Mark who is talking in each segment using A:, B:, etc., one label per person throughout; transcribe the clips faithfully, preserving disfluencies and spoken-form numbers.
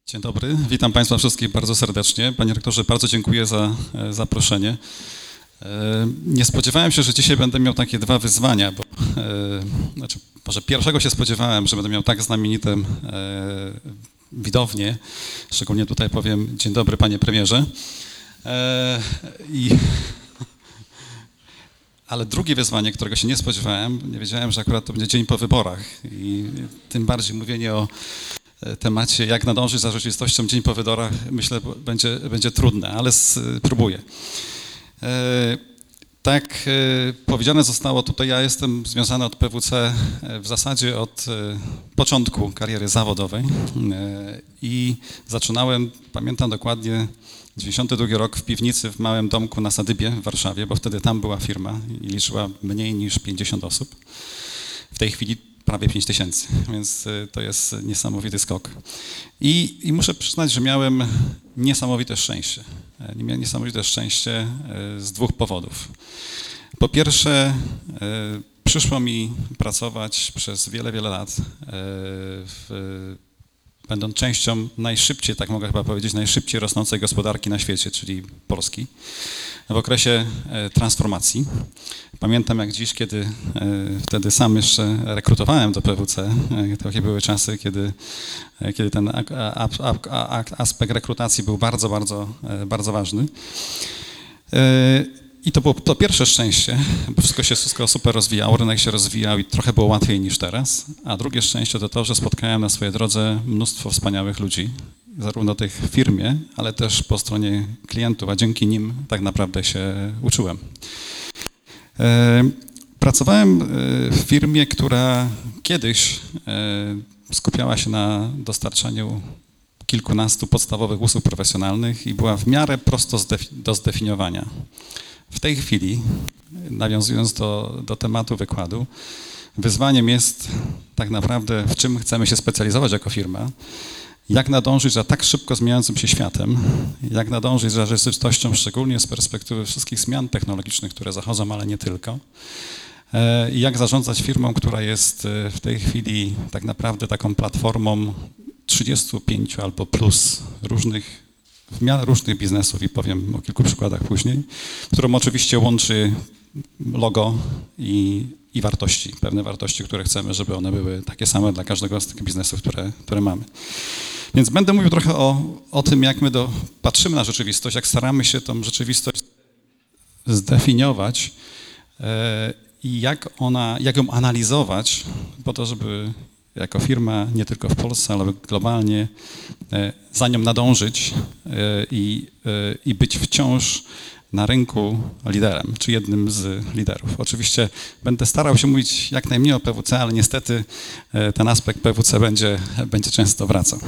A: Dzień dobry, witam Państwa wszystkich bardzo serdecznie. Panie rektorze, bardzo dziękuję za e, zaproszenie. E, nie spodziewałem się, że dzisiaj będę miał takie dwa wyzwania, bo e, znaczy, może pierwszego się spodziewałem, że będę miał tak znamienite e, widownię. Szczególnie tutaj powiem dzień dobry, panie premierze. E, i, ale drugie wyzwanie, którego się nie spodziewałem, nie wiedziałem, że akurat to będzie dzień po wyborach i tym bardziej mówienie o temacie, jak nadążyć za rzeczywistością dzień po wyborach, myślę, będzie, będzie trudne, ale spróbuję. E, tak e, powiedziane zostało tutaj, ja jestem związany od P W C w zasadzie od e, początku kariery zawodowej e, i zaczynałem, pamiętam dokładnie, dziewięćdziesiąty drugi rok w piwnicy w małym domku na Sadybie w Warszawie, bo wtedy tam była firma i liczyła mniej niż pięćdziesiąt osób. W tej chwili prawie pięć tysięcy, więc to jest niesamowity skok. I, I muszę przyznać, że miałem niesamowite szczęście. Miałem niesamowite szczęście z dwóch powodów. Po pierwsze, przyszło mi pracować przez wiele, wiele lat, w, będąc częścią najszybciej, tak mogę chyba powiedzieć, najszybciej rosnącej gospodarki na świecie, czyli Polski, w okresie transformacji. Pamiętam jak dziś, kiedy wtedy sam jeszcze rekrutowałem do P W C, takie były czasy, kiedy, kiedy ten aspekt rekrutacji był bardzo, bardzo, bardzo ważny. I to było to pierwsze szczęście, bo wszystko się wszystko super rozwijało, rynek się rozwijał i trochę było łatwiej niż teraz. A drugie szczęście to to, że spotkałem na swojej drodze mnóstwo wspaniałych ludzi, zarówno tych w firmie, ale też po stronie klientów, a dzięki nim tak naprawdę się uczyłem. Pracowałem w firmie, która kiedyś skupiała się na dostarczaniu kilkunastu podstawowych usług profesjonalnych i była w miarę prosto do zdefiniowania. W tej chwili, nawiązując do, do tematu wykładu, wyzwaniem jest tak naprawdę, w czym chcemy się specjalizować jako firma, jak nadążyć za tak szybko zmieniającym się światem, jak nadążyć za rzeczywistością, szczególnie z perspektywy wszystkich zmian technologicznych, które zachodzą, ale nie tylko, i jak zarządzać firmą, która jest w tej chwili tak naprawdę taką platformą trzydziestu pięciu albo plus różnych, w miarę różnych biznesów i powiem o kilku przykładach później, którą oczywiście łączy logo i, i wartości, pewne wartości, które chcemy, żeby one były takie same dla każdego z tych biznesów, które, które mamy. Więc będę mówił trochę o, o tym, jak my do, patrzymy na rzeczywistość, jak staramy się tą rzeczywistość zdefiniować e, i jak ona, jak ją analizować po to, żeby jako firma nie tylko w Polsce, ale globalnie za nią nadążyć i, i być wciąż na rynku liderem, czy jednym z liderów. Oczywiście będę starał się mówić jak najmniej o P W C, ale niestety ten aspekt P W C będzie, będzie często wracał.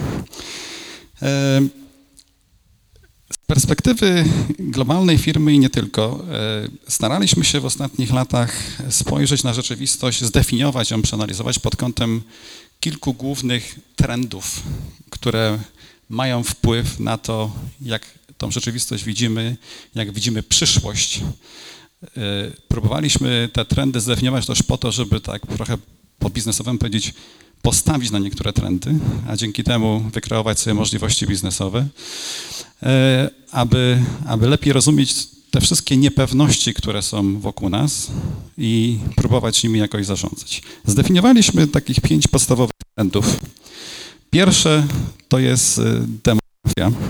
A: Z perspektywy globalnej firmy i nie tylko, staraliśmy się w ostatnich latach spojrzeć na rzeczywistość, zdefiniować ją, przeanalizować pod kątem kilku głównych trendów, które mają wpływ na to, jak tą rzeczywistość widzimy, jak widzimy przyszłość. Próbowaliśmy te trendy zdefiniować też po to, żeby tak trochę po biznesowemu powiedzieć, postawić na niektóre trendy, a dzięki temu wykreować sobie możliwości biznesowe, aby, aby lepiej rozumieć te wszystkie niepewności, które są wokół nas i próbować nimi jakoś zarządzać. Zdefiniowaliśmy takich pięć podstawowych trendów. Pierwsze to jest demografia.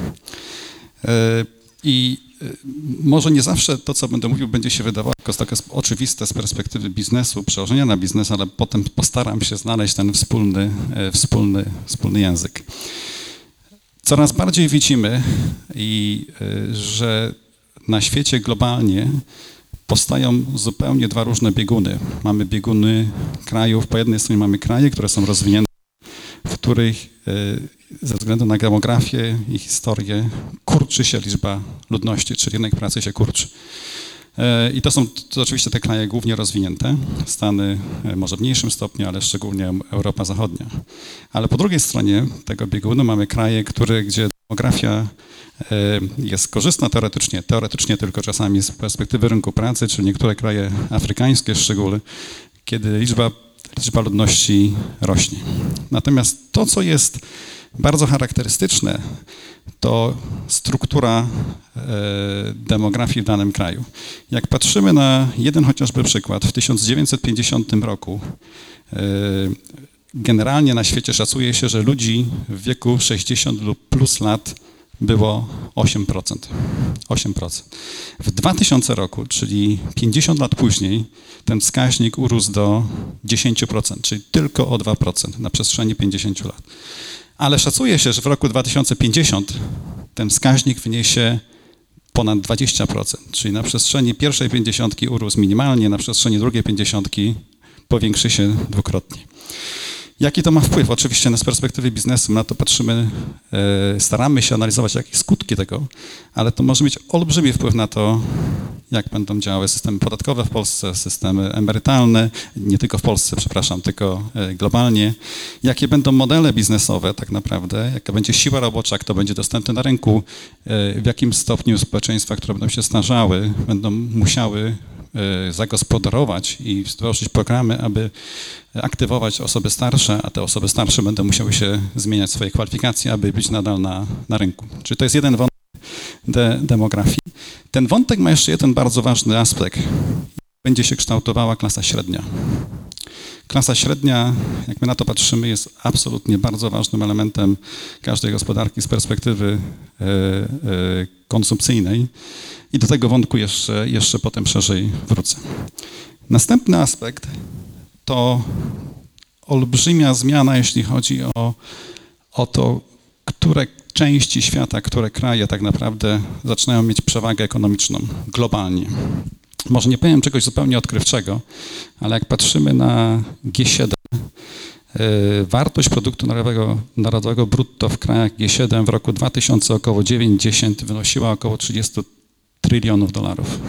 A: I może nie zawsze to, co będę mówił, będzie się wydawało jako takie oczywiste z perspektywy biznesu, przełożenia na biznes, ale potem postaram się znaleźć ten wspólny, wspólny, wspólny język. Coraz bardziej widzimy, i, że na świecie globalnie powstają zupełnie dwa różne bieguny. Mamy bieguny krajów, po jednej stronie mamy kraje, które są rozwinięte, w których ze względu na demografię i historię kurczy się liczba ludności, czyli rynek pracy się kurczy. I to są to oczywiście te kraje głównie rozwinięte, Stany może w mniejszym stopniu, ale szczególnie Europa Zachodnia. Ale po drugiej stronie tego biegunu mamy kraje, które, gdzie demografia jest korzystna teoretycznie, teoretycznie tylko czasami z perspektywy rynku pracy, czyli niektóre kraje afrykańskie szczególnie, kiedy liczba, liczba ludności rośnie. Natomiast to, co jest Bardzo charakterystyczne to struktura demografii w danym kraju. Jak patrzymy na jeden chociażby przykład, w tysiąc dziewięćset pięćdziesiątym roku generalnie na świecie szacuje się, że ludzi w wieku sześćdziesiąt lub plus lat było osiem procent. osiem procent. W dwutysięcznym roku, czyli pięćdziesiąt lat później, ten wskaźnik urósł do dziesięć procent, czyli tylko o dwa procent na przestrzeni pięćdziesięciu lat. Ale szacuje się, że w roku dwa tysiące pięćdziesiątym ten wskaźnik wyniesie ponad dwadzieścia procent, czyli na przestrzeni pierwszej pięćdziesiątki urósł minimalnie, na przestrzeni drugiej pięćdziesiątki powiększy się dwukrotnie. Jaki to ma wpływ? Oczywiście z perspektywy biznesu na to patrzymy, staramy się analizować jakieś skutki tego, ale to może mieć olbrzymi wpływ na to, jak będą działały systemy podatkowe w Polsce, systemy emerytalne, nie tylko w Polsce, przepraszam, tylko globalnie, jakie będą modele biznesowe tak naprawdę, jaka będzie siła robocza, kto będzie dostępny na rynku, w jakim stopniu społeczeństwa, które będą się starzały, będą musiały zagospodarować i stworzyć programy, aby aktywować osoby starsze, a te osoby starsze będą musiały się zmieniać swoje kwalifikacje, aby być nadal na, na rynku. Czyli to jest jeden wątek de, demografii. Ten wątek ma jeszcze jeden bardzo ważny aspekt. Będzie się kształtowała klasa średnia. Klasa średnia, jak my na to patrzymy, jest absolutnie bardzo ważnym elementem każdej gospodarki z perspektywy e, e, konsumpcyjnej. I do tego wątku jeszcze, jeszcze potem szerzej wrócę. Następny aspekt to olbrzymia zmiana, jeśli chodzi o, o to, które części świata, które kraje tak naprawdę zaczynają mieć przewagę ekonomiczną globalnie. Może nie powiem czegoś zupełnie odkrywczego, ale jak patrzymy na G siedem, wartość produktu narodowego, narodowego brutto w krajach G siedem w roku dwa tysiące około dziewięć dziesięć wynosiła około trzydzieści trylionów dolarów.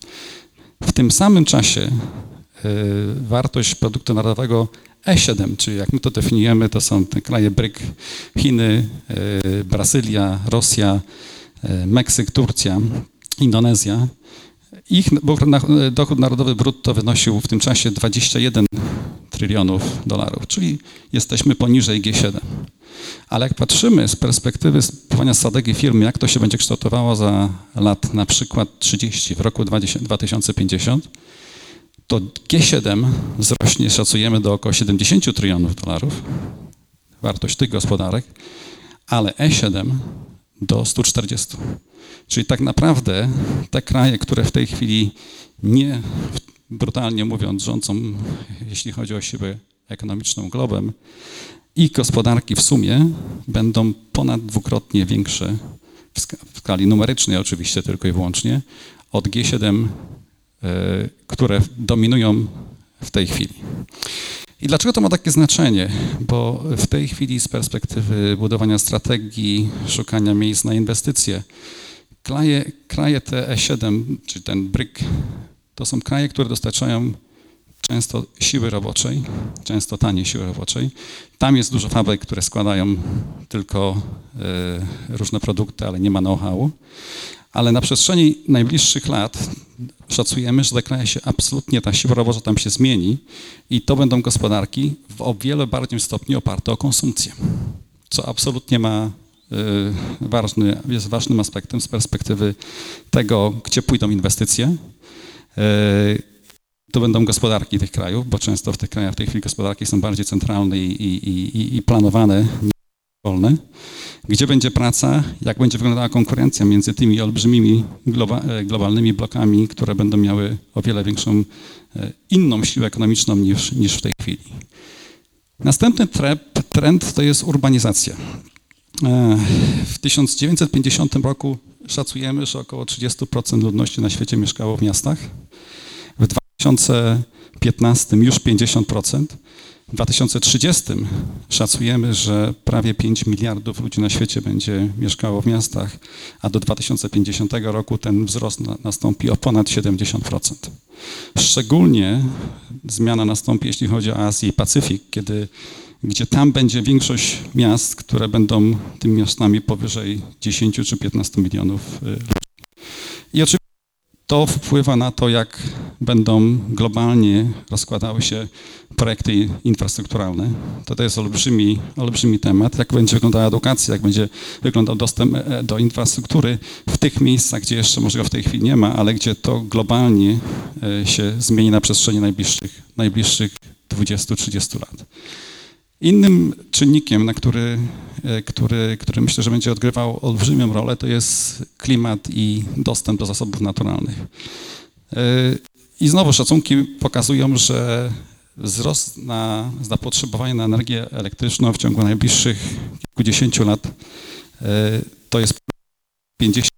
A: W tym samym czasie wartość produktu narodowego E siedem, czyli jak my to definiujemy, to są te kraje B R I C, Chiny, Brazylia, Rosja, Meksyk, Turcja, Indonezja. Ich dochód narodowy brutto wynosił w tym czasie dwadzieścia jeden trylionów dolarów, czyli jesteśmy poniżej G siedem. Ale jak patrzymy z perspektywy spływania strategii firmy, jak to się będzie kształtowało za lat na przykład trzydzieści w roku dwa tysiące pięćdziesiątym, to G siedem wzrośnie, szacujemy, do około siedemdziesiąt trylionów dolarów, wartość tych gospodarek, ale E siedem do stu czterdziestu. Czyli tak naprawdę te kraje, które w tej chwili nie, brutalnie mówiąc, rządzą, jeśli chodzi o siłę ekonomiczną globem, ich gospodarki w sumie będą ponad dwukrotnie większe w skali numerycznej oczywiście tylko i wyłącznie od G siedem, które dominują w tej chwili. I dlaczego to ma takie znaczenie? Bo w tej chwili z perspektywy budowania strategii, szukania miejsc na inwestycje, kraje, kraje te E siedem, czy ten B R I C, to są kraje, które dostarczają często siły roboczej, często taniej siły roboczej. Tam jest dużo fabryk, które składają tylko y, różne produkty, ale nie ma know-howu. Ale na przestrzeni najbliższych lat szacujemy, że te kraje się absolutnie, ta siła robocza tam się zmieni i to będą gospodarki w o wiele bardziej stopniu oparte o konsumpcję, co absolutnie ma y, ważny, jest ważnym aspektem z perspektywy tego, gdzie pójdą inwestycje. Y, to będą gospodarki tych krajów, bo często w tych krajach w tej chwili gospodarki są bardziej centralne i, i, i, i planowane, nie wolne. Gdzie będzie praca, jak będzie wyglądała konkurencja między tymi olbrzymimi globa, globalnymi blokami, które będą miały o wiele większą, inną siłę ekonomiczną niż, niż w tej chwili. Następny trend, trend to jest urbanizacja. W tysiąc dziewięćset pięćdziesiątym roku szacujemy, że około trzydzieści procent ludności na świecie mieszkało w miastach. W dwa tysiące piętnastym już pięćdziesiąt procent. W dwa tysiące trzydziestym szacujemy, że prawie pięć miliardów ludzi na świecie będzie mieszkało w miastach, a do dwa tysiące pięćdziesiątego roku ten wzrost na, nastąpi o ponad siedemdziesiąt procent. Szczególnie zmiana nastąpi, jeśli chodzi o Azję i Pacyfik, kiedy, gdzie tam będzie większość miast, które będą tymi miastami powyżej dziesięć czy piętnaście milionów ludzi. I oczywiście to wpływa na to, jak będą globalnie rozkładały się projekty infrastrukturalne. To, to jest olbrzymi, olbrzymi temat. Jak będzie wyglądała edukacja, jak będzie wyglądał dostęp do infrastruktury w tych miejscach, gdzie jeszcze może go w tej chwili nie ma, ale gdzie to globalnie się zmieni na przestrzeni najbliższych, najbliższych dwudziestu trzydziestu lat. Innym czynnikiem, na który, który, który myślę, że będzie odgrywał olbrzymią rolę, to jest klimat i dostęp do zasobów naturalnych. I znowu szacunki pokazują, że wzrost na zapotrzebowanie na energię elektryczną w ciągu najbliższych kilkudziesięciu lat to jest pięćdziesiąt.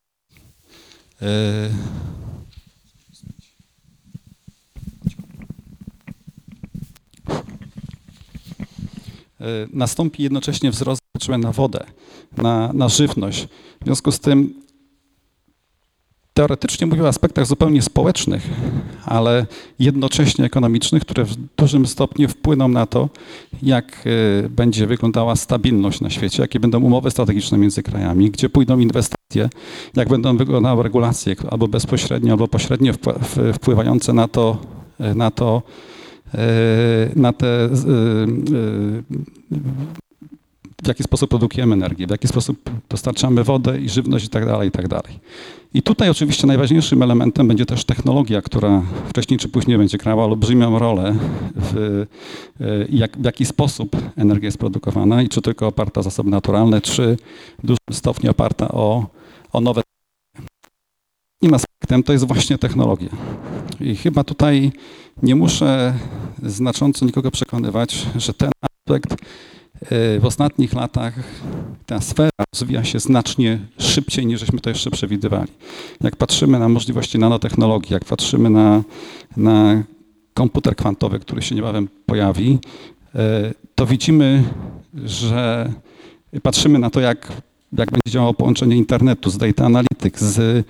A: Nastąpi jednocześnie wzrost potrzeby na wodę, na, na żywność. W związku z tym teoretycznie mówię o aspektach zupełnie społecznych, ale jednocześnie ekonomicznych, które w dużym stopniu wpłyną na to, jak będzie wyglądała stabilność na świecie, jakie będą umowy strategiczne między krajami, gdzie pójdą inwestycje, jak będą wyglądały regulacje albo bezpośrednio, albo pośrednio wpływające na to, na to, na te, w jaki sposób produkujemy energię, w jaki sposób dostarczamy wodę i żywność i tak dalej, i tak dalej. I tutaj oczywiście najważniejszym elementem będzie też technologia, która wcześniej czy później będzie grała olbrzymią rolę w, jak, w jaki sposób energia jest produkowana i czy tylko oparta o zasoby naturalne, czy w dużym stopniu oparta o, o nowe. Innym aspektem to jest właśnie technologia. I chyba tutaj nie muszę znacząco nikogo przekonywać, że ten aspekt w ostatnich latach, ta sfera rozwija się znacznie szybciej, niż żeśmy to jeszcze przewidywali. Jak patrzymy na możliwości nanotechnologii, jak patrzymy na, na komputer kwantowy, który się niebawem pojawi, to widzimy, że patrzymy na to, jak, jak będzie działało połączenie internetu z data analytics, z,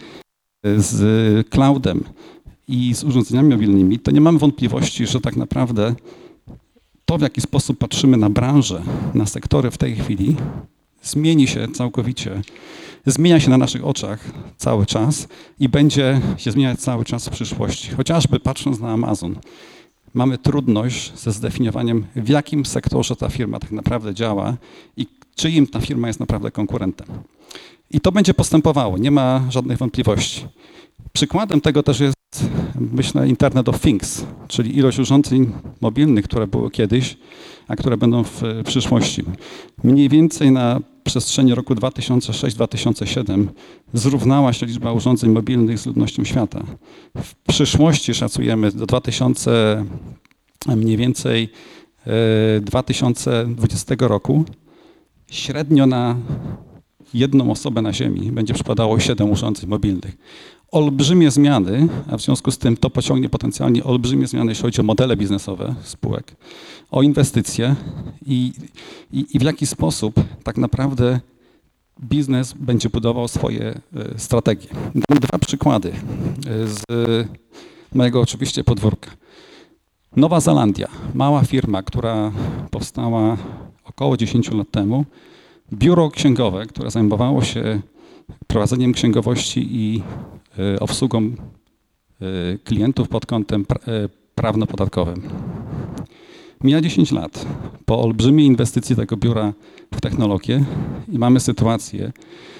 A: z cloudem i z urządzeniami mobilnymi, to nie mamy wątpliwości, że tak naprawdę to, w jaki sposób patrzymy na branżę, na sektory w tej chwili, zmieni się całkowicie. Zmienia się na naszych oczach cały czas i będzie się zmieniać cały czas w przyszłości. Chociażby patrząc na Amazon, mamy trudność ze zdefiniowaniem, w jakim sektorze ta firma tak naprawdę działa i czyim ta firma jest naprawdę konkurentem. I to będzie postępowało, nie ma żadnych wątpliwości. Przykładem tego też jest, myślę, Internet of Things, czyli ilość urządzeń mobilnych, które były kiedyś, a które będą w przyszłości. Mniej więcej na przestrzeni roku dwa tysiące szósty do dwa tysiące siódmego zrównała się liczba urządzeń mobilnych z ludnością świata. W przyszłości szacujemy do dwa tysiące, mniej więcej dwa tysiące dwudziestego roku średnio na jedną osobę na Ziemi będzie przypadało siedem urządzeń mobilnych. Olbrzymie zmiany, a w związku z tym to pociągnie potencjalnie olbrzymie zmiany, jeśli chodzi o modele biznesowe spółek, o inwestycje i, i, i w jaki sposób tak naprawdę biznes będzie budował swoje strategie. Dam dwa przykłady z mojego oczywiście podwórka. Nowa Zelandia, mała firma, która powstała około dziesięć lat temu, biuro księgowe, które zajmowało się prowadzeniem księgowości i obsługą klientów pod kątem prawno-podatkowym. Mija dziesięć lat po olbrzymiej inwestycji tego biura w technologię i mamy sytuację,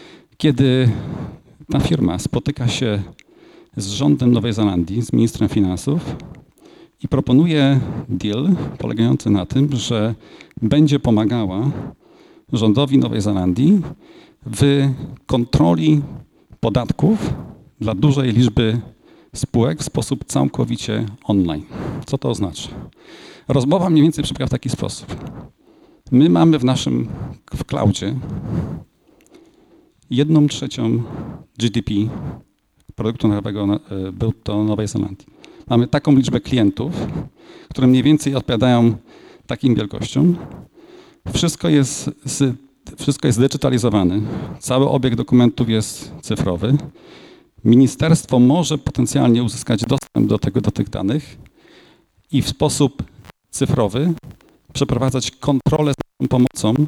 A: kiedy ta firma spotyka się z rządem Nowej Zelandii, z ministrem finansów i proponuje deal polegający na tym, że będzie pomagała rządowi Nowej Zelandii w kontroli podatków dla dużej liczby spółek w sposób całkowicie online. Co to oznacza? Rozmowa mniej więcej przebiega w taki sposób. My mamy w naszym, w cloudzie jedną trzecią G D P produktu nowego brutto Nowej Zelandii. Mamy taką liczbę klientów, które mniej więcej odpowiadają takim wielkościom. Wszystko jest, z, wszystko jest zdigitalizowane. Cały obieg dokumentów jest cyfrowy. Ministerstwo może potencjalnie uzyskać dostęp do, tego, do tych danych i w sposób cyfrowy przeprowadzać kontrolę z pomocą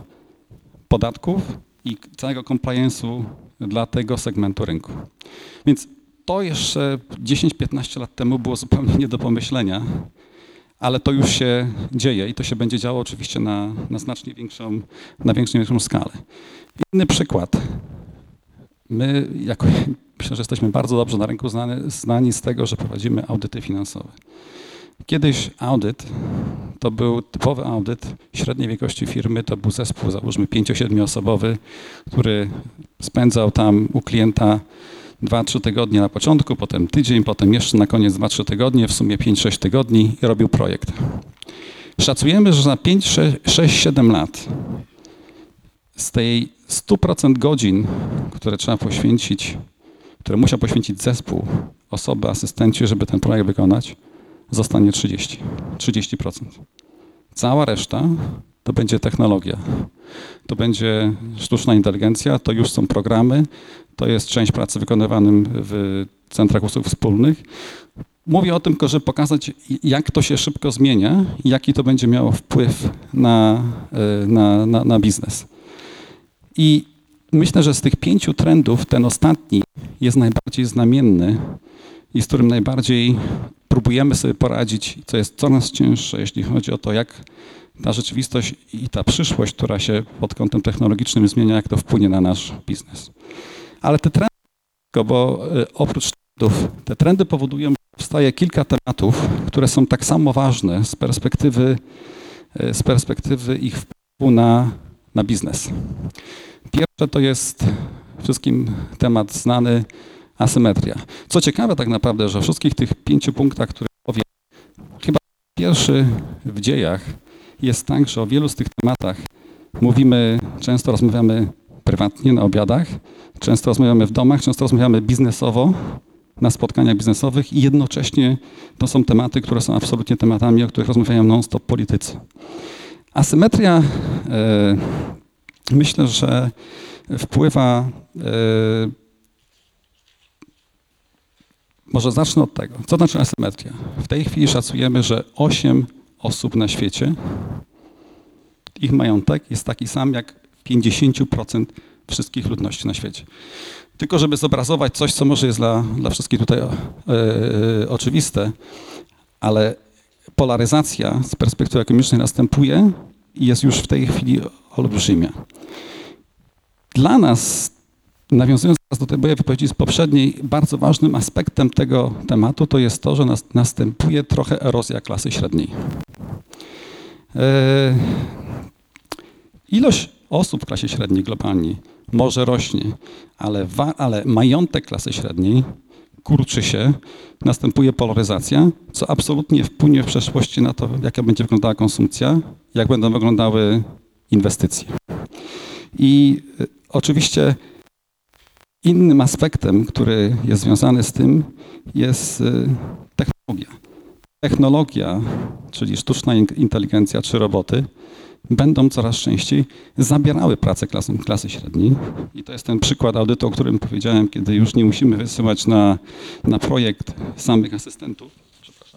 A: podatków i całego compliance'u dla tego segmentu rynku. Więc to jeszcze dziesięć piętnaście lat temu było zupełnie nie do pomyślenia, ale to już się dzieje i to się będzie działo oczywiście na, na znacznie większą, na większą, większą skalę. Inny przykład. My jako, myślę, że jesteśmy bardzo dobrze na rynku znani, znani z tego, że prowadzimy audyty finansowe. Kiedyś audyt to był typowy audyt średniej wielkości firmy, to był zespół, załóżmy pięcio-siedmioosobowy, który spędzał tam u klienta dwa trzy tygodnie na początku, potem tydzień, potem jeszcze na koniec dwa trzy tygodnie, w sumie pięć sześć tygodni i robił projekt. Szacujemy, że za pięć sześć siedem lat z tej sto procent godzin, które trzeba poświęcić, które musiał poświęcić zespół, osoby, asystenci, żeby ten projekt wykonać, zostanie trzydzieści, trzydzieści procent. Cała reszta to będzie technologia, to będzie sztuczna inteligencja, to już są programy, to jest część pracy wykonywanym w centrach usług wspólnych. Mówię o tym tylko, żeby pokazać, jak to się szybko zmienia i jaki to będzie miało wpływ na, na, na, na biznes. I myślę, że z tych pięciu trendów ten ostatni jest najbardziej znamienny i z którym najbardziej próbujemy sobie poradzić, co jest coraz cięższe, jeśli chodzi o to, jak ta rzeczywistość i ta przyszłość, która się pod kątem technologicznym zmienia, jak to wpłynie na nasz biznes. Ale te trendy, bo oprócz trendów, te trendy powodują, że powstaje kilka tematów, które są tak samo ważne z perspektywy, z perspektywy ich wpływu na, na biznes. Pierwsze to jest wszystkim temat znany, asymetria. Co ciekawe tak naprawdę, że w wszystkich tych pięciu punktach, które powiem, chyba pierwszy w dziejach jest tak, że o wielu z tych tematach mówimy, często rozmawiamy prywatnie na obiadach, często rozmawiamy w domach, często rozmawiamy biznesowo na spotkaniach biznesowych i jednocześnie to są tematy, które są absolutnie tematami, o których rozmawiają non-stop politycy. Asymetria e, myślę, że wpływa e, Może zacznę od tego. Co znaczy asymetria? W tej chwili szacujemy, że osiem osób na świecie, ich majątek jest taki sam jak pięćdziesiąt procent wszystkich ludności na świecie. Tylko żeby zobrazować coś, co może jest dla, dla wszystkich tutaj e, e, oczywiste, ale polaryzacja z perspektywy ekonomicznej następuje i jest już w tej chwili olbrzymia. Dla nas, nawiązując do tej mojej wypowiedzi z poprzedniej, bardzo ważnym aspektem tego tematu to jest to, że nas, następuje trochę erozja klasy średniej. E, ilość osób w klasie średniej globalnie może rośnie, ale, wa, ale majątek klasy średniej kurczy się, następuje polaryzacja, co absolutnie wpłynie w przeszłości na to, jaka będzie wyglądała konsumpcja, jak będą wyglądały inwestycje. I y, oczywiście innym aspektem, który jest związany z tym, jest y, technologia. Technologia, czyli sztuczna inteligencja czy roboty, będą coraz częściej zabierały pracę klasy, klasy średniej. I to jest ten przykład audytu, o którym powiedziałem, kiedy już nie musimy wysyłać na, na projekt samych asystentów. Przepraszam.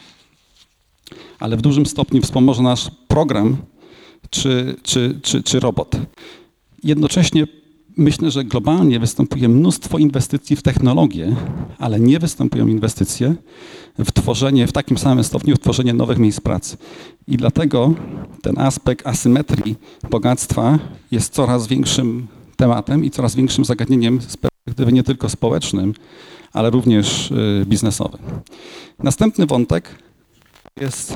A: Ale w dużym stopniu wspomoże nasz program czy, czy, czy, czy robot. Jednocześnie myślę, że globalnie występuje mnóstwo inwestycji w technologię, ale nie występują inwestycje w tworzenie, w takim samym stopniu w tworzenie nowych miejsc pracy. I dlatego ten aspekt asymetrii bogactwa jest coraz większym tematem i coraz większym zagadnieniem z perspektywy nie tylko społecznym, ale również biznesowym. Następny wątek jest,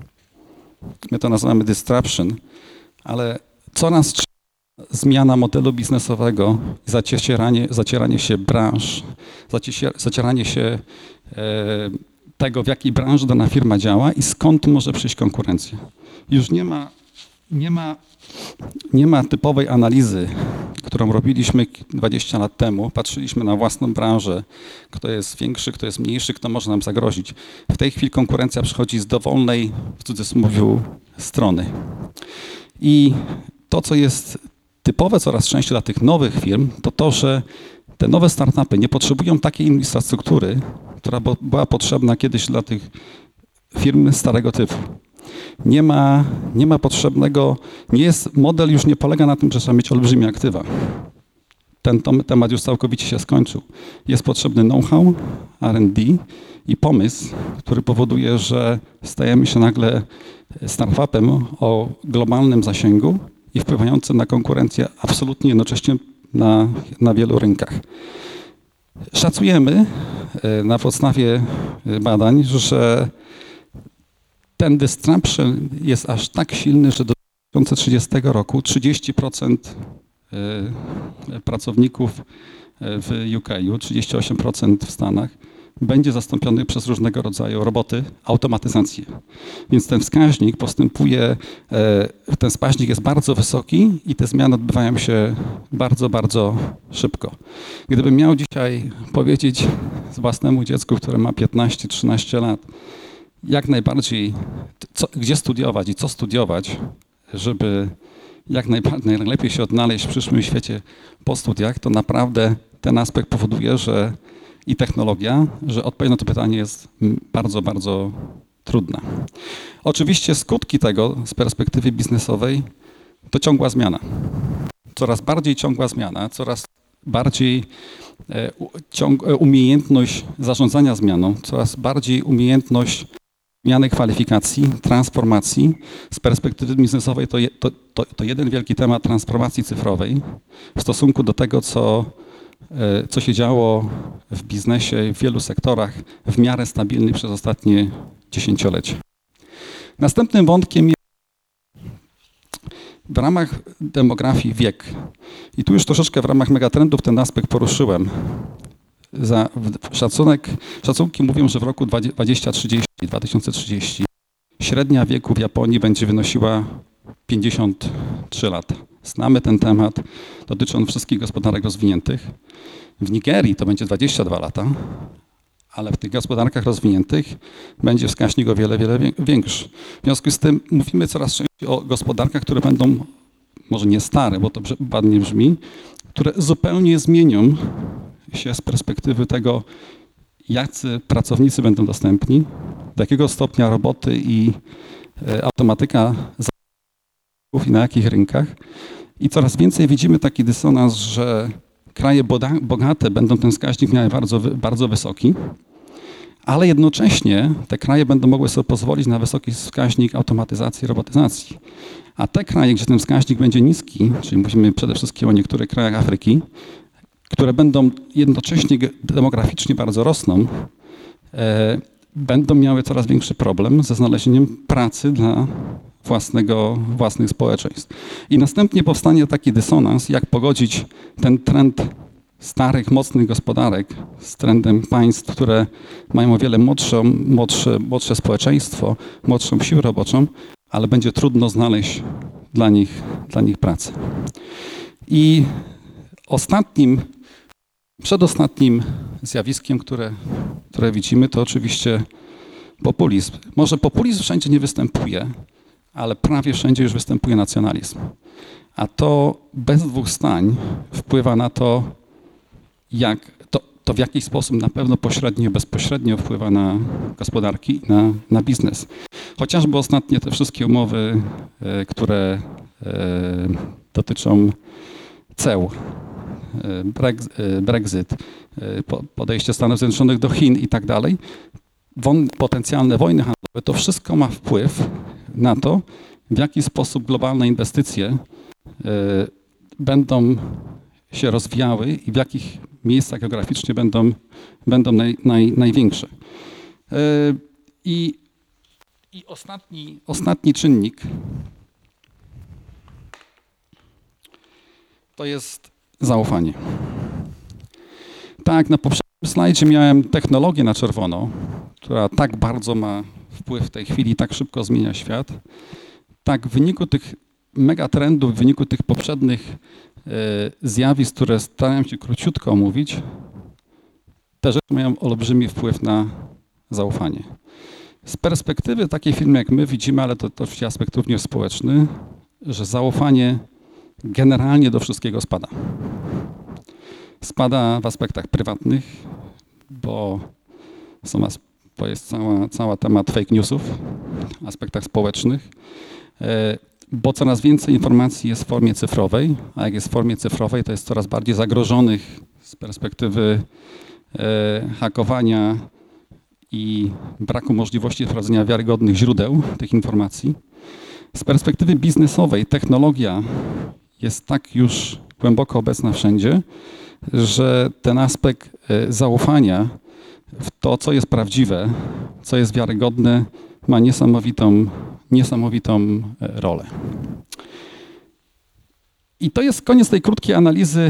A: my to nazywamy disruption, ale coraz zmiana modelu biznesowego, zacieranie, zacieranie się branż, zacieranie się e, tego, w jakiej branży dana firma działa i skąd może przyjść konkurencja. Już nie ma, nie ma, nie ma typowej analizy, którą robiliśmy dwadzieścia lat temu. Patrzyliśmy na własną branżę, kto jest większy, kto jest mniejszy, kto może nam zagrozić. W tej chwili konkurencja przychodzi z dowolnej, w cudzysłowie, strony. I to, co jest typowe coraz częściej dla tych nowych firm, to to, że te nowe startupy nie potrzebują takiej infrastruktury, która była potrzebna kiedyś dla tych firm starego typu. Nie ma, nie ma potrzebnego, nie jest, model już nie polega na tym, że trzeba mieć olbrzymie aktywa. ten temat już całkowicie się skończył. Jest potrzebny know-how, R and D i pomysł, który powoduje, że stajemy się nagle startupem o globalnym zasięgu i wpływającym na konkurencję absolutnie jednocześnie na, na wielu rynkach. Szacujemy na podstawie badań, że ten disruption jest aż tak silny, że do dwa tysiące trzydziestego roku trzydzieści procent pracowników w U K, trzydzieści osiem procent w Stanach będzie zastąpionych przez różnego rodzaju roboty, automatyzację. Więc ten wskaźnik postępuje, ten wskaźnik jest bardzo wysoki i te zmiany odbywają się bardzo, bardzo szybko. Gdybym miał dzisiaj powiedzieć własnemu dziecku, które ma piętnaście trzynaście lat, jak najbardziej, co, gdzie studiować i co studiować, żeby jak najlepiej się odnaleźć w przyszłym świecie po studiach, to naprawdę ten aspekt powoduje, że i technologia, że odpowiedź na to pytanie jest bardzo, bardzo trudna. Oczywiście skutki tego z perspektywy biznesowej to ciągła zmiana. Coraz bardziej ciągła zmiana, coraz bardziej umiejętność zarządzania zmianą, coraz bardziej umiejętność zmiany kwalifikacji, transformacji. Z perspektywy biznesowej to, je, to, to, to jeden wielki temat transformacji cyfrowej w stosunku do tego, co, co się działo w biznesie w wielu sektorach w miarę stabilnych przez ostatnie dziesięciolecie. Następnym wątkiem jest w ramach demografii wiek. I tu już troszeczkę w ramach megatrendów ten aspekt poruszyłem. Za szacunek, szacunki mówią, że w roku dwa tysiące trzydziestym, dwa tysiące trzydziestym średnia wieku w Japonii będzie wynosiła pięćdziesiąt trzy lata. Znamy ten temat, dotyczy on wszystkich gospodarek rozwiniętych. W Nigerii to będzie dwadzieścia dwa lata, ale w tych gospodarkach rozwiniętych będzie wskaźnik o wiele, wiele większy. W związku z tym mówimy coraz częściej o gospodarkach, które będą, może nie stare, bo to ładnie brzmi, które zupełnie zmienią się z perspektywy tego, jacy pracownicy będą dostępni, do jakiego stopnia roboty i automatyka i na jakich rynkach. I coraz więcej widzimy taki dysonans, że kraje bogate będą ten wskaźnik miały bardzo, bardzo wysoki, ale jednocześnie te kraje będą mogły sobie pozwolić na wysoki wskaźnik automatyzacji i robotyzacji. A te kraje, gdzie ten wskaźnik będzie niski, czyli mówimy przede wszystkim o niektórych krajach Afryki, które będą jednocześnie demograficznie bardzo rosną, e, będą miały coraz większy problem ze znalezieniem pracy dla własnego, własnych społeczeństw. I następnie powstanie taki dysonans, jak pogodzić ten trend starych, mocnych gospodarek z trendem państw, które mają o wiele młodszą, młodsze, młodsze społeczeństwo, młodszą siłę roboczą, ale będzie trudno znaleźć dla nich, dla nich pracę. I ostatnim, przedostatnim zjawiskiem, które, które widzimy, to oczywiście populizm. Może populizm wszędzie nie występuje, ale prawie wszędzie już występuje nacjonalizm. A to bez dwóch zdań wpływa na to, jak to, to w jakiś sposób na pewno pośrednio, bezpośrednio wpływa na gospodarki i na, na biznes. Chociażby ostatnie te wszystkie umowy, e, które e, dotyczą ceł, e, Brexit, e, podejście Stanów Zjednoczonych do Chin i tak dalej, won, potencjalne wojny handlowe, to wszystko ma wpływ na to, w jaki sposób globalne inwestycje e, będą się rozwijały i w jakich miejscach geograficznie będą, będą naj, naj, największe. E, I, i ostatni, ostatni czynnik to jest zaufanie. Tak, na poprzednim slajdzie miałem technologię na czerwono, która tak bardzo ma wpływ w tej chwili, tak szybko zmienia świat. Tak, w wyniku tych megatrendów, w wyniku tych poprzednich e, zjawisk, które starałem się króciutko omówić, te rzeczy mają olbrzymi wpływ na zaufanie. Z perspektywy takiej firmy jak my widzimy, ale to, to oczywiście aspekt również społeczny, że zaufanie generalnie do wszystkiego spada. Spada w aspektach prywatnych, bo są, bo jest cała, cała temat fake newsów, w aspektach społecznych. bo coraz więcej informacji jest w formie cyfrowej, a jak jest w formie cyfrowej, to jest coraz bardziej zagrożonych z perspektywy e, hakowania i braku możliwości sprawdzenia wiarygodnych źródeł tych informacji. Z perspektywy biznesowej technologia jest tak już głęboko obecna wszędzie, że ten aspekt zaufania w to, co jest prawdziwe, co jest wiarygodne, ma niesamowitą, niesamowitą rolę. I to jest koniec tej krótkiej analizy,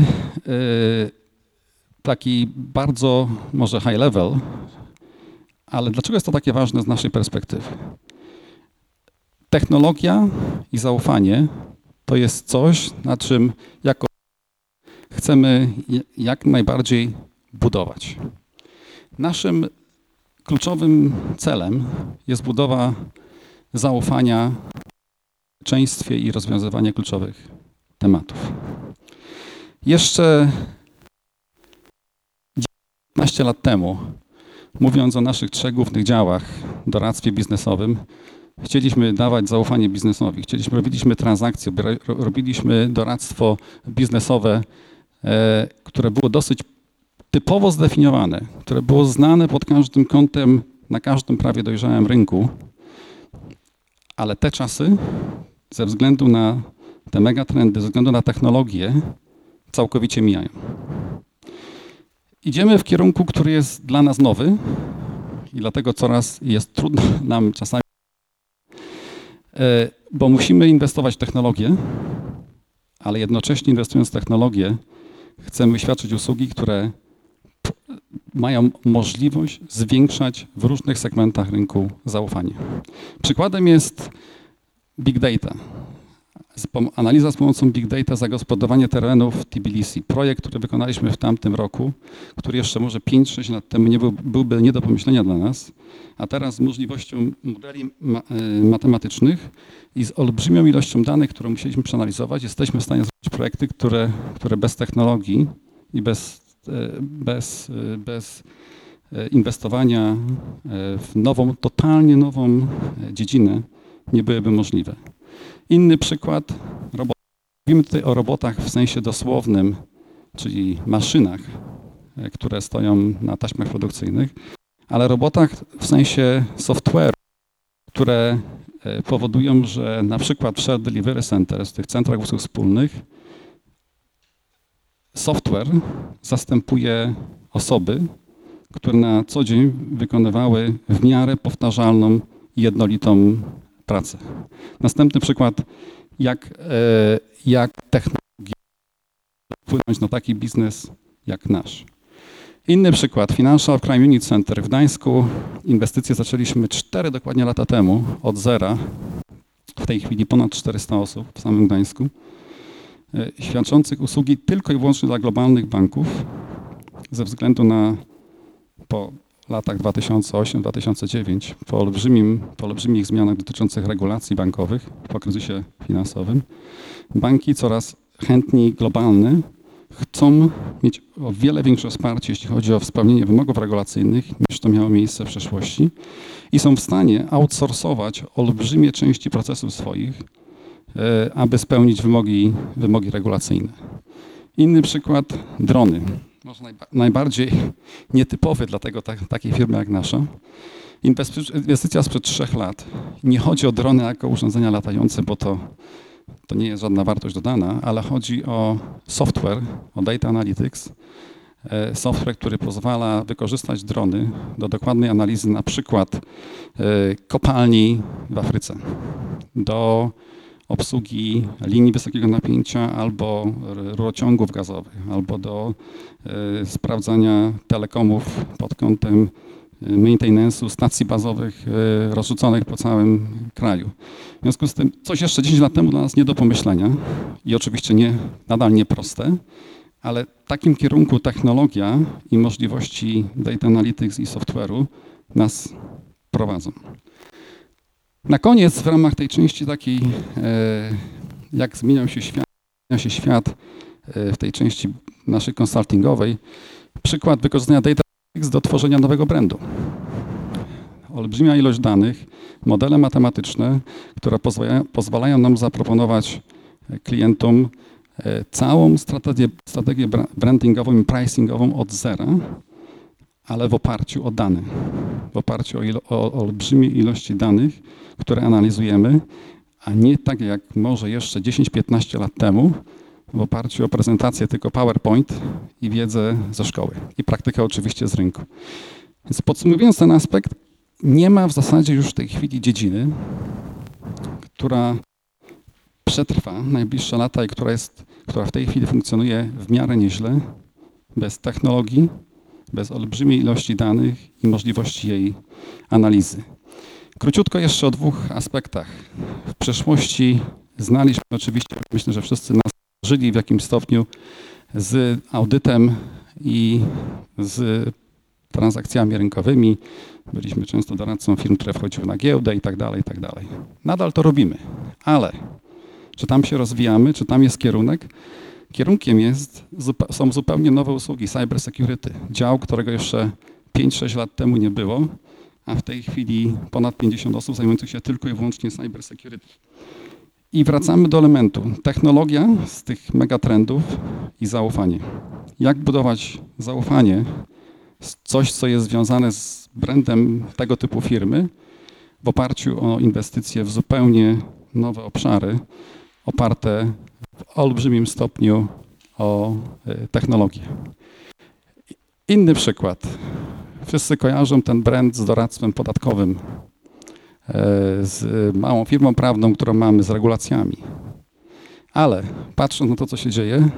A: takiej bardzo może high level, ale dlaczego jest to takie ważne z naszej perspektywy? Technologia i zaufanie to jest coś, na czym jako chcemy jak najbardziej budować. Naszym kluczowym celem jest budowa zaufania w społeczeństwie i rozwiązywanie kluczowych tematów. Jeszcze piętnaście lat temu, mówiąc o naszych trzech głównych działach w doradztwie biznesowym, chcieliśmy dawać zaufanie biznesowi, chcieliśmy, robiliśmy transakcje, robiliśmy doradztwo biznesowe, e, które było dosyć typowo zdefiniowane, które było znane pod każdym kątem, na każdym prawie dojrzałym rynku, ale te czasy, ze względu na te megatrendy, ze względu na technologię, całkowicie mijają. Idziemy w kierunku, który jest dla nas nowy i dlatego coraz jest trudno nam czasami, bo musimy inwestować w technologię, ale jednocześnie inwestując w technologię chcemy świadczyć usługi, które mają możliwość zwiększać w różnych segmentach rynku zaufanie. Przykładem jest Big Data. Analiza z pomocą Big Data, zagospodarowanie terenów w Tbilisi. Projekt, który wykonaliśmy w tamtym roku, który jeszcze może pięć sześć lat temu nie był, byłby nie do pomyślenia dla nas, a teraz z możliwością modeli ma, y, matematycznych i z olbrzymią ilością danych, które musieliśmy przeanalizować, jesteśmy w stanie zrobić projekty, które, które bez technologii i bez, y, bez, y, bez inwestowania w nową, totalnie nową dziedzinę nie byłyby możliwe. Inny przykład, robot. Mówimy tutaj o robotach w sensie dosłownym, czyli maszynach, które stoją na taśmach produkcyjnych, ale robotach w sensie software, które powodują, że na przykład w Shared Delivery Centers, w tych centrach usług wspólnych, software zastępuje osoby, które na co dzień wykonywały w miarę powtarzalną i jednolitą pracę. Następny przykład, jak, jak technologia wpłynąć na taki biznes jak nasz. Inny przykład, Financial Crime Unit Center w Gdańsku. Inwestycje zaczęliśmy cztery dokładnie lata temu, od zera. W tej chwili ponad czterysta osób w samym Gdańsku, świadczących usługi tylko i wyłącznie dla globalnych banków, ze względu na po latach dwa tysiące osiem do dwa tysiące dziewięć, po, olbrzymim, po olbrzymich zmianach dotyczących regulacji bankowych, po kryzysie finansowym, banki coraz chętniej globalne chcą mieć o wiele większe wsparcie, jeśli chodzi o spełnienie wymogów regulacyjnych, niż to miało miejsce w przeszłości i są w stanie outsourcować olbrzymie części procesów swoich, aby spełnić wymogi, wymogi regulacyjne. Inny przykład, drony. Może najba najbardziej nietypowy dla tego, tak, takiej firmy jak nasza. Inwestycja sprzed trzech lat. Nie chodzi o drony jako urządzenia latające, bo to, to nie jest żadna wartość dodana, ale chodzi o software, o data analytics. Software, który pozwala wykorzystać drony do dokładnej analizy na przykład kopalni w Afryce, do obsługi linii wysokiego napięcia albo rurociągów gazowych, albo do y, sprawdzania telekomów pod kątem maintenance'u stacji bazowych y, rozrzuconych po całym kraju. W związku z tym coś jeszcze dziesięć lat temu dla nas nie do pomyślenia i oczywiście nie, nadal nieproste, ale w takim kierunku technologia i możliwości data analytics i software'u nas prowadzą. Na koniec w ramach tej części takiej, jak zmieniał się świat, zmienia się świat w tej części naszej konsultingowej, przykład wykorzystania data analytics do tworzenia nowego brandu.
B: olbrzymia ilość danych, modele matematyczne, które pozwalają, pozwalają nam zaproponować klientom całą strategię, strategię brandingową i pricingową od zera, ale w oparciu o dane, w oparciu o, ilo, o olbrzymie ilości danych, które analizujemy, a nie tak jak może jeszcze dziesięć piętnaście lat temu, w oparciu o prezentację tylko PowerPoint i wiedzę ze szkoły i praktykę oczywiście z rynku. Więc podsumowując ten aspekt, nie ma w zasadzie już w tej chwili dziedziny, która przetrwa najbliższe lata i która, jest, która w tej chwili funkcjonuje w miarę nieźle, bez technologii, bez olbrzymiej ilości danych i możliwości jej analizy. Króciutko jeszcze o dwóch aspektach. W przeszłości znaliśmy oczywiście, myślę, że wszyscy nas żyli w jakimś stopniu z audytem i z transakcjami rynkowymi. Byliśmy często doradcą firm, które wchodziły na giełdę i tak dalej, i tak dalej. Nadal to robimy, ale czy tam się rozwijamy, czy tam jest kierunek? Kierunkiem jest, są zupełnie nowe usługi, cyber security, dział, którego jeszcze pięć sześć lat temu nie było, a w tej chwili ponad pięćdziesiąt osób zajmujących się tylko i wyłącznie cyber security. I wracamy do elementu. Technologia z tych megatrendów i zaufanie. Jak budować zaufanie, coś, co jest związane z brandem tego typu firmy, w oparciu o inwestycje w zupełnie nowe obszary, oparte w olbrzymim stopniu o technologię. Inny przykład. Wszyscy kojarzą ten brand z doradztwem podatkowym, z małą firmą prawną, którą mamy, z regulacjami. Ale patrząc na to, co się dzieje,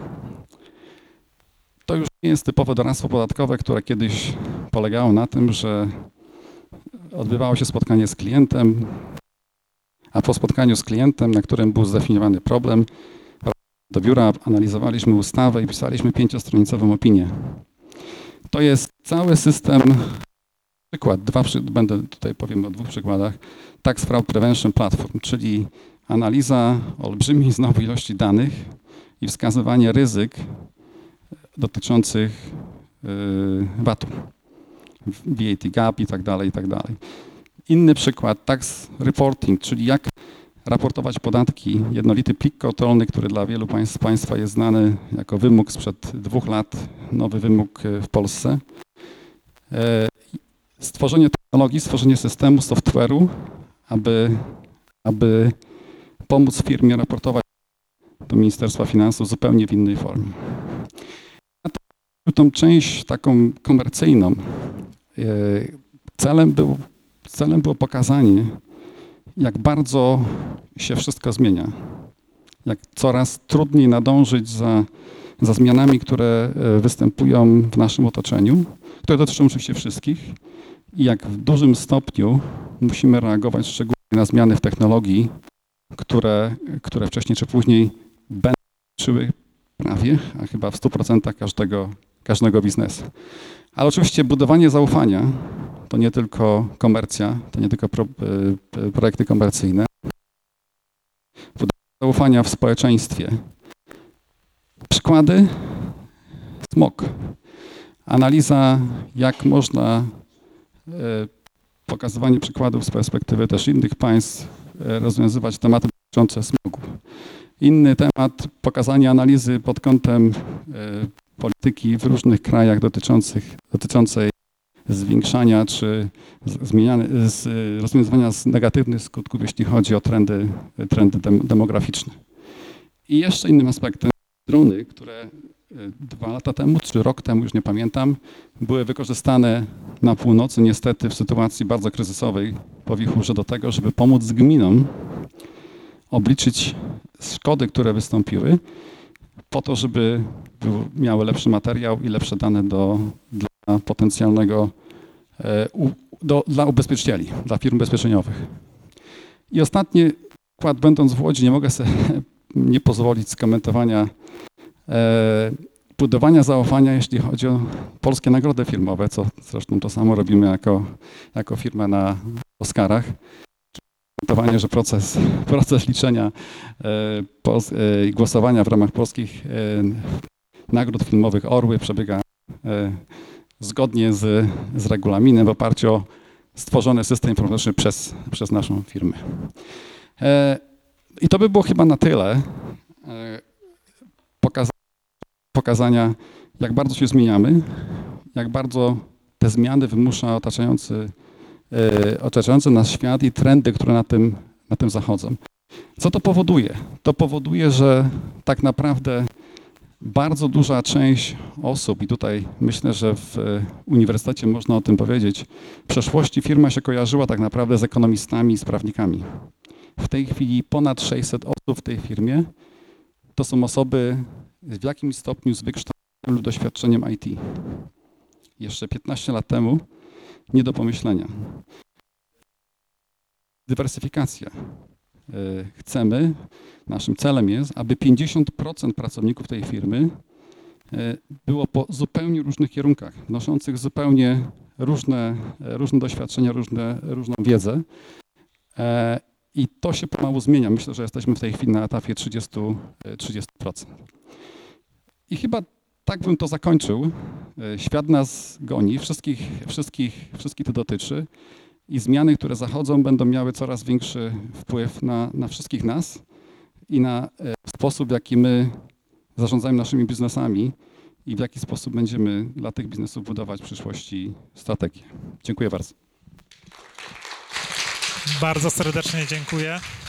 B: to już nie jest typowe doradztwo podatkowe, które kiedyś polegało na tym, że odbywało się spotkanie z klientem, a po spotkaniu z klientem, na którym był zdefiniowany problem, do biura analizowaliśmy ustawę i pisaliśmy pięciostronicową opinię. To jest cały system, przykład, dwa, będę tutaj powiem o dwóch przykładach, Tax Fraud Prevention Platform, czyli analiza olbrzymiej znowu ilości danych i wskazywanie ryzyk dotyczących yy, V A T-u, V A T Gap i tak dalej, i tak dalej. Inny przykład, Tax Reporting, czyli jak raportować podatki, jednolity plik kontrolny, który dla wielu państw, państwa jest znany jako wymóg sprzed dwóch lat, nowy wymóg w Polsce. Stworzenie technologii, stworzenie systemu, software'u, aby, aby pomóc firmie raportować do Ministerstwa Finansów zupełnie w innej formie. A tą część taką komercyjną celem, był, celem było pokazanie, jak bardzo się wszystko zmienia, jak coraz trudniej nadążyć za, za zmianami, które występują w naszym otoczeniu, które dotyczą oczywiście wszystkich i jak w dużym stopniu musimy reagować szczególnie na zmiany w technologii, które, które wcześniej czy później będą dotyczyły prawie, a chyba w stu procentach każdego, każdego biznesu. Ale oczywiście budowanie zaufania to nie tylko komercja, to nie tylko pro, projekty komercyjne. Budowanie zaufania w społeczeństwie. Przykłady? Smog. Analiza, jak można, pokazywanie przykładów z perspektywy też innych państw, rozwiązywać tematy dotyczące smogu. Inny temat, pokazanie analizy pod kątem polityki w różnych krajach dotyczących, dotyczącej zwiększania czy zmiany, z, rozwiązywania z negatywnych skutków, jeśli chodzi o trendy, trendy dem, demograficzne. I jeszcze innym aspektem, drony, które dwa lata temu, czy rok temu, już nie pamiętam, były wykorzystane na północy, niestety w sytuacji bardzo kryzysowej po wichurze do tego, żeby pomóc gminom obliczyć szkody, które wystąpiły, po to, żeby miały lepszy materiał i lepsze dane do, dla potencjalnego, do, dla ubezpieczycieli, dla firm ubezpieczeniowych. I ostatni przykład, będąc w Łodzi, nie mogę sobie nie pozwolić skomentowania e, budowania zaufania, jeśli chodzi o polskie nagrody filmowe, co zresztą to samo robimy jako, jako firma na Oscarach. Komentowanie, że proces, proces liczenia i e, głosowania w ramach polskich e, nagród filmowych Orły przebiega e, zgodnie z, z regulaminem w oparciu o stworzony system informatyczny przez, przez naszą firmę. E, I to by było chyba na tyle e, pokaza pokazania, jak bardzo się zmieniamy, jak bardzo te zmiany wymusza otaczający, e, otaczający nas świat i trendy, które na tym, na tym zachodzą. Co to powoduje? To powoduje, że tak naprawdę bardzo duża część osób, i tutaj myślę, że w uniwersytecie można o tym powiedzieć, w przeszłości firma się kojarzyła tak naprawdę z ekonomistami i z prawnikami. W tej chwili ponad sześćset osób w tej firmie to są osoby w jakimś stopniu z wykształceniem lub doświadczeniem I T. Jeszcze piętnaście lat temu nie do pomyślenia. Dywersyfikacja. Chcemy, naszym celem jest, aby pięćdziesiąt procent pracowników tej firmy było po zupełnie różnych kierunkach, wnoszących zupełnie różne, różne doświadczenia, różne, różną wiedzę. I to się pomału zmienia. Myślę, że jesteśmy w tej chwili na etapie trzydzieści procent. I chyba tak bym to zakończył. Świat nas goni, wszystkich, wszystkich, wszystkich to dotyczy. I zmiany, które zachodzą, będą miały coraz większy wpływ na, na wszystkich nas i na sposób, w jaki my zarządzamy naszymi biznesami i w jaki sposób będziemy dla tych biznesów budować w przyszłości strategię. Dziękuję bardzo.
C: Bardzo serdecznie dziękuję.